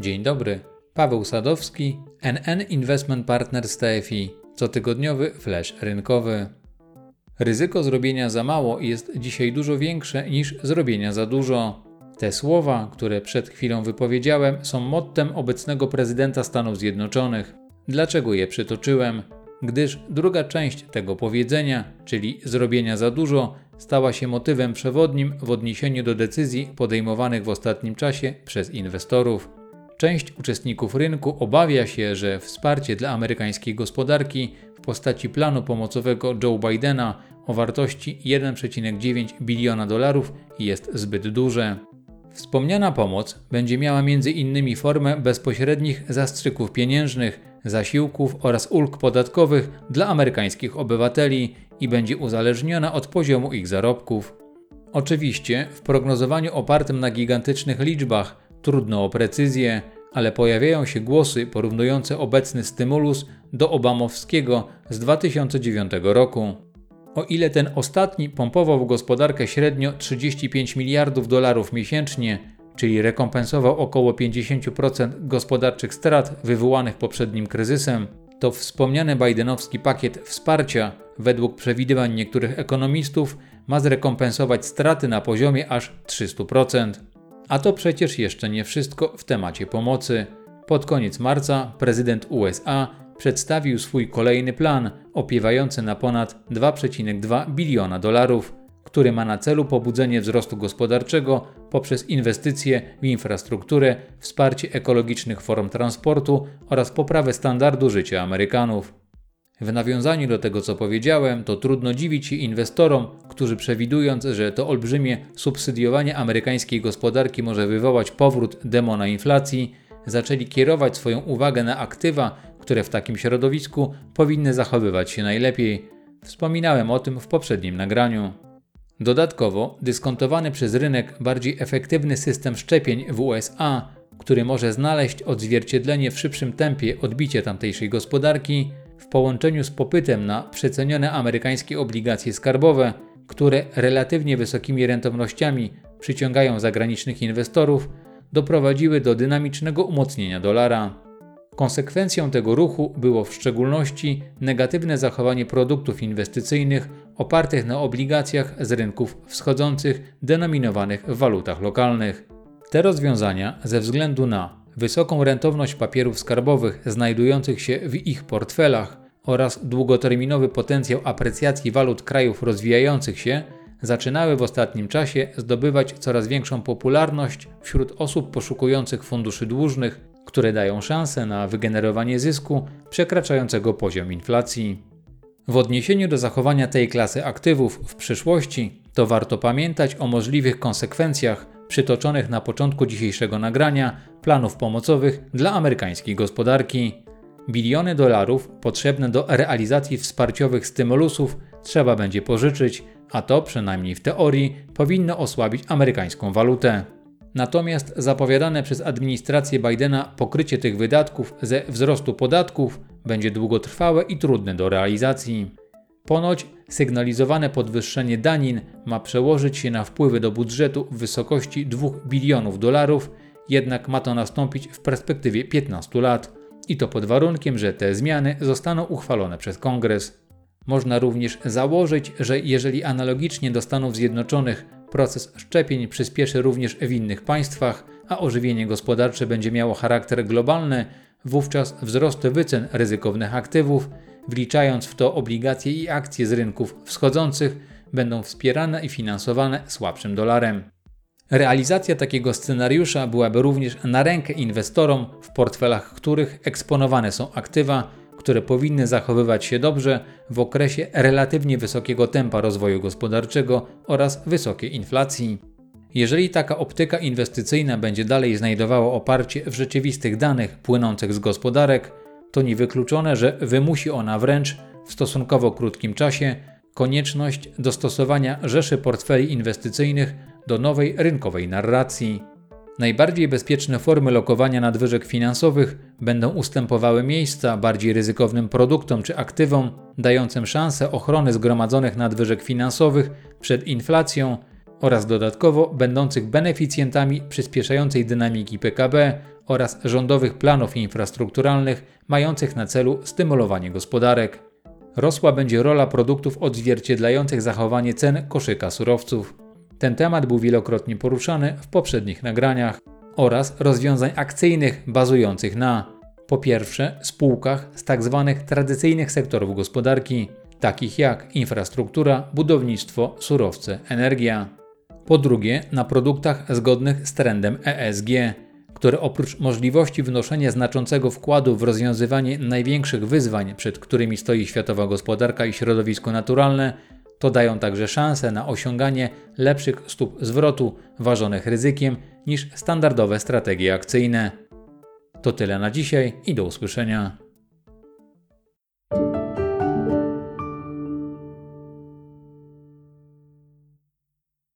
Dzień dobry, Paweł Sadowski, NN Investment Partners TFI, cotygodniowy flash rynkowy. Ryzyko zrobienia za mało jest dzisiaj dużo większe niż zrobienia za dużo. Te słowa, które przed chwilą wypowiedziałem, są mottem obecnego prezydenta Stanów Zjednoczonych. Dlaczego je przytoczyłem? Gdyż druga część tego powiedzenia, czyli zrobienia za dużo, stała się motywem przewodnim w odniesieniu do decyzji podejmowanych w ostatnim czasie przez inwestorów. Część uczestników rynku obawia się, że wsparcie dla amerykańskiej gospodarki w postaci planu pomocowego Joe Bidena o wartości $1,9 biliona jest zbyt duże. Wspomniana pomoc będzie miała m.in. formę bezpośrednich zastrzyków pieniężnych, zasiłków oraz ulg podatkowych dla amerykańskich obywateli i będzie uzależniona od poziomu ich zarobków. Oczywiście w prognozowaniu opartym na gigantycznych liczbach trudno o precyzję, ale pojawiają się głosy porównujące obecny stymulus do obamowskiego z 2009 roku. O ile ten ostatni pompował w gospodarkę średnio $35 miliardów miesięcznie, czyli rekompensował około 50% gospodarczych strat wywołanych poprzednim kryzysem, to wspomniany bidenowski pakiet wsparcia, według przewidywań niektórych ekonomistów, ma zrekompensować straty na poziomie aż 300%. A to przecież jeszcze nie wszystko w temacie pomocy. Pod koniec marca prezydent USA przedstawił swój kolejny plan, opiewający na ponad $2,2 biliona, który ma na celu pobudzenie wzrostu gospodarczego poprzez inwestycje w infrastrukturę, wsparcie ekologicznych form transportu oraz poprawę standardu życia Amerykanów. W nawiązaniu do tego, co powiedziałem, to trudno dziwić się inwestorom, którzy przewidując, że to olbrzymie subsydiowanie amerykańskiej gospodarki może wywołać powrót demona inflacji, zaczęli kierować swoją uwagę na aktywa, które w takim środowisku powinny zachowywać się najlepiej. Wspominałem o tym w poprzednim nagraniu. Dodatkowo dyskontowany przez rynek bardziej efektywny system szczepień w USA, który może znaleźć odzwierciedlenie w szybszym tempie odbicia tamtejszej gospodarki, w połączeniu z popytem na przecenione amerykańskie obligacje skarbowe, które relatywnie wysokimi rentownościami przyciągają zagranicznych inwestorów, doprowadziły do dynamicznego umocnienia dolara. Konsekwencją tego ruchu było w szczególności negatywne zachowanie produktów inwestycyjnych opartych na obligacjach z rynków wschodzących denominowanych w walutach lokalnych. Te rozwiązania ze względu na wysoką rentowność papierów skarbowych znajdujących się w ich portfelach oraz długoterminowy potencjał aprecjacji walut krajów rozwijających się zaczynały w ostatnim czasie zdobywać coraz większą popularność wśród osób poszukujących funduszy dłużnych, które dają szansę na wygenerowanie zysku przekraczającego poziom inflacji. W odniesieniu do zachowania tej klasy aktywów w przyszłości, to warto pamiętać o możliwych konsekwencjach przytoczonych na początku dzisiejszego nagrania planów pomocowych dla amerykańskiej gospodarki. Biliony dolarów potrzebne do realizacji wsparciowych stymulusów trzeba będzie pożyczyć, a to przynajmniej w teorii powinno osłabić amerykańską walutę. Natomiast zapowiadane przez administrację Bidena pokrycie tych wydatków ze wzrostu podatków będzie długotrwałe i trudne do realizacji. Ponoć sygnalizowane podwyższenie danin ma przełożyć się na wpływy do budżetu w wysokości $2 bilionów, jednak ma to nastąpić w perspektywie 15 lat i to pod warunkiem, że te zmiany zostaną uchwalone przez Kongres. Można również założyć, że jeżeli analogicznie do Stanów Zjednoczonych proces szczepień przyspieszy również w innych państwach, a ożywienie gospodarcze będzie miało charakter globalny, wówczas wzrosty wycen ryzykownych aktywów, wliczając w to obligacje i akcje z rynków wschodzących, będą wspierane i finansowane słabszym dolarem. Realizacja takiego scenariusza byłaby również na rękę inwestorom, w portfelach których eksponowane są aktywa, które powinny zachowywać się dobrze w okresie relatywnie wysokiego tempa rozwoju gospodarczego oraz wysokiej inflacji. Jeżeli taka optyka inwestycyjna będzie dalej znajdowała oparcie w rzeczywistych danych płynących z gospodarek, to niewykluczone, że wymusi ona wręcz w stosunkowo krótkim czasie konieczność dostosowania rzeszy portfeli inwestycyjnych do nowej rynkowej narracji. Najbardziej bezpieczne formy lokowania nadwyżek finansowych będą ustępowały miejsca bardziej ryzykownym produktom czy aktywom, dającym szansę ochrony zgromadzonych nadwyżek finansowych przed inflacją oraz dodatkowo będących beneficjentami przyspieszającej dynamiki PKB oraz rządowych planów infrastrukturalnych mających na celu stymulowanie gospodarek. Rosła będzie rola produktów odzwierciedlających zachowanie cen koszyka surowców. Ten temat był wielokrotnie poruszany w poprzednich nagraniach oraz rozwiązań akcyjnych bazujących na po pierwsze spółkach z tzw. tradycyjnych sektorów gospodarki, takich jak infrastruktura, budownictwo, surowce, energia. Po drugie na produktach zgodnych z trendem ESG, które oprócz możliwości wnoszenia znaczącego wkładu w rozwiązywanie największych wyzwań, przed którymi stoi światowa gospodarka i środowisko naturalne, to dają także szansę na osiąganie lepszych stóp zwrotu ważonych ryzykiem niż standardowe strategie akcyjne. To tyle na dzisiaj i do usłyszenia.